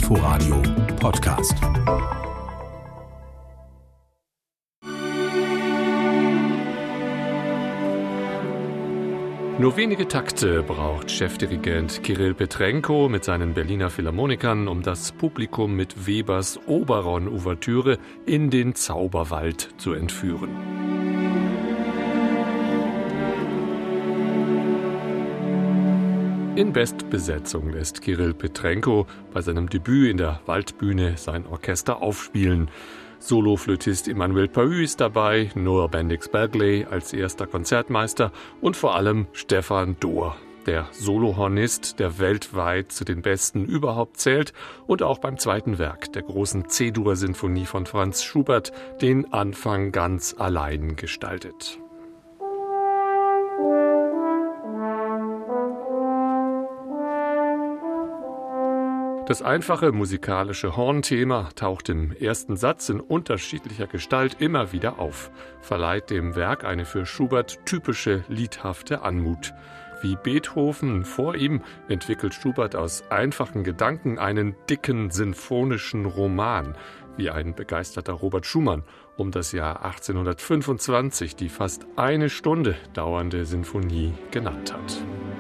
Inforadio Podcast. Nur wenige Takte braucht Chefdirigent Kirill Petrenko mit seinen Berliner Philharmonikern, um das Publikum mit Webers Oberon-Ouvertüre in den Zauberwald zu entführen. In Bestbesetzung lässt Kirill Petrenko bei seinem Debüt in der Waldbühne sein Orchester aufspielen. Soloflötist Emmanuel Pahud ist dabei, Noah Bendix-Berkeley als erster Konzertmeister und vor allem Stefan Dohr, der Solohornist, der weltweit zu den Besten überhaupt zählt und auch beim zweiten Werk der großen C-Dur-Sinfonie von Franz Schubert den Anfang ganz allein gestaltet. Das einfache musikalische Hornthema taucht im ersten Satz in unterschiedlicher Gestalt immer wieder auf, verleiht dem Werk eine für Schubert typische liedhafte Anmut. Wie Beethoven vor ihm entwickelt Schubert aus einfachen Gedanken einen dicken sinfonischen Roman, wie ein begeisterter Robert Schumann um das Jahr 1825 die fast eine Stunde dauernde Sinfonie genannt hat.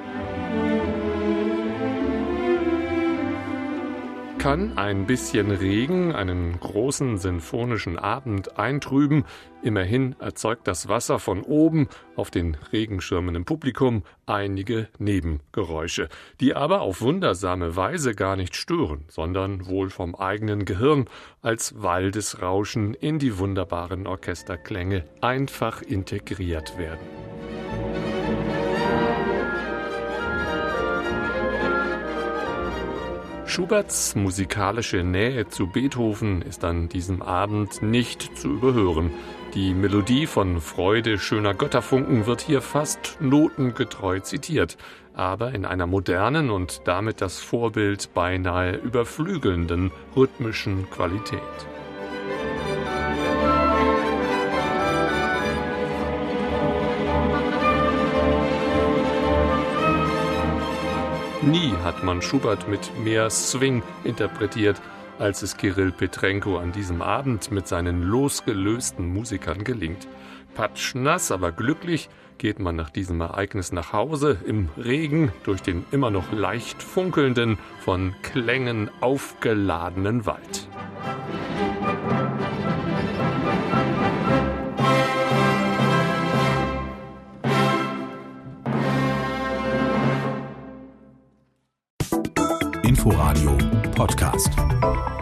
Kann ein bisschen Regen einen großen sinfonischen Abend eintrüben. Immerhin erzeugt das Wasser von oben auf den Regenschirmen im Publikum einige Nebengeräusche, die aber auf wundersame Weise gar nicht stören, sondern wohl vom eigenen Gehirn als Waldesrauschen in die wunderbaren Orchesterklänge einfach integriert werden. Schuberts musikalische Nähe zu Beethoven ist an diesem Abend nicht zu überhören. Die Melodie von Freude schöner Götterfunken wird hier fast notengetreu zitiert, aber in einer modernen und damit das Vorbild beinahe überflügelnden rhythmischen Qualität. Nie hat man Schubert mit mehr Swing interpretiert, als es Kirill Petrenko an diesem Abend mit seinen losgelösten Musikern gelingt. Patschnass, aber glücklich geht man nach diesem Ereignis nach Hause im Regen durch den immer noch leicht funkelnden, von Klängen aufgeladenen Wald. Inforadio Podcast.